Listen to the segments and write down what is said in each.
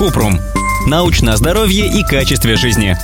Купрум. Научное здоровье и качестве жизни.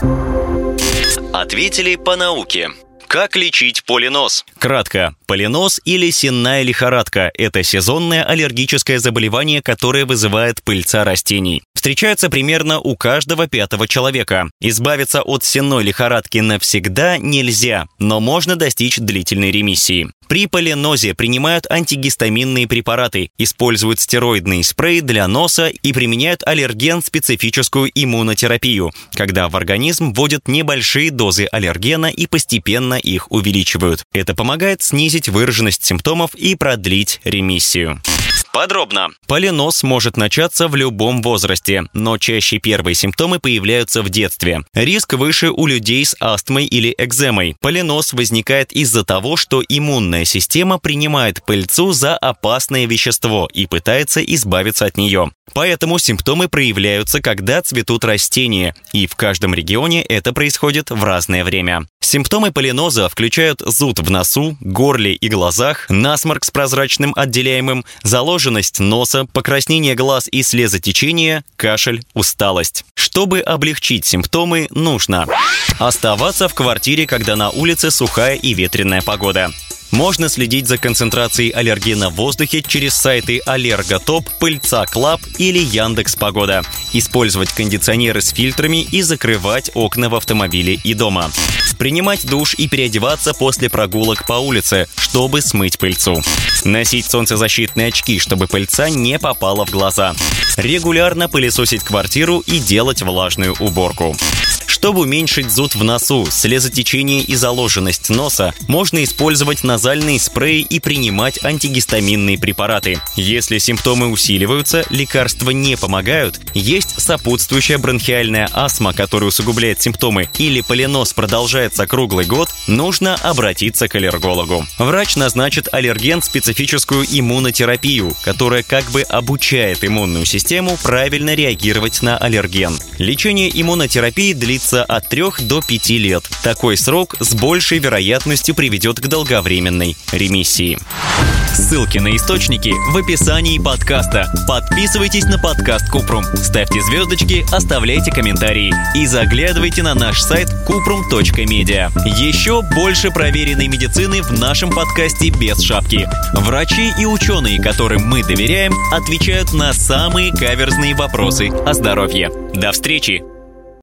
Ответили по науке. Как лечить поленоз? Кратко. Поленоз или сенная лихорадка – это сезонное аллергическое заболевание, которое вызывает пыльца растений. Встречается примерно у каждого 5-го человека. Избавиться от сенной лихорадки навсегда нельзя, но можно достичь длительной ремиссии. При поленозе принимают антигистаминные препараты, используют стероидный спрей для носа и применяют аллерген-специфическую иммунотерапию, когда в организм вводят небольшие дозы аллергена и постепенно их увеличивают. Это помогает снизить выраженность симптомов и продлить ремиссию. Подробно. Поленоз может начаться в любом возрасте, но чаще первые симптомы появляются в детстве. Риск выше у людей с астмой или экземой. Поленоз возникает из-за того, что иммунная система принимает пыльцу за опасное вещество и пытается избавиться от нее. Поэтому симптомы проявляются, когда цветут растения, и в каждом регионе это происходит в разное время. Симптомы поленоза включают зуд в носу, горле и глазах, насморк с прозрачным отделяемым, заложенность носа, покраснение глаз и слезотечение, кашель, усталость. Чтобы облегчить симптомы, нужно оставаться в квартире, когда на улице сухая и ветреная погода. Можно следить за концентрацией аллергена в воздухе через сайты Аллерготоп, Пыльца Клаб или Яндекс.Погода. Использовать кондиционеры с фильтрами и закрывать окна в автомобиле и дома. Принимать душ и переодеваться после прогулок по улице, чтобы смыть пыльцу. Носить солнцезащитные очки, чтобы пыльца не попала в глаза. Регулярно пылесосить квартиру и делать влажную уборку. Чтобы уменьшить зуд в носу, слезотечение и заложенность носа, можно использовать назальные спреи и принимать антигистаминные препараты. Если симптомы усиливаются, лекарства не помогают, есть сопутствующая бронхиальная астма, которая усугубляет симптомы, или поленоз продолжается круглый год, нужно обратиться к аллергологу. Врач назначит аллерген-специфическую иммунотерапию, которая как бы обучает иммунную систему правильно реагировать на аллерген. Лечение иммунотерапии длится от 3 до 5 лет. Такой срок с большей вероятностью приведет к долговременной ремиссии. Ссылки на источники в описании подкаста. Подписывайтесь на подкаст Купрум, ставьте звездочки, оставляйте комментарии и заглядывайте на наш сайт kuprum.media. Еще больше проверенной медицины в нашем подкасте без шапки. Врачи и ученые, которым мы доверяем, отвечают на самые каверзные вопросы о здоровье. До встречи!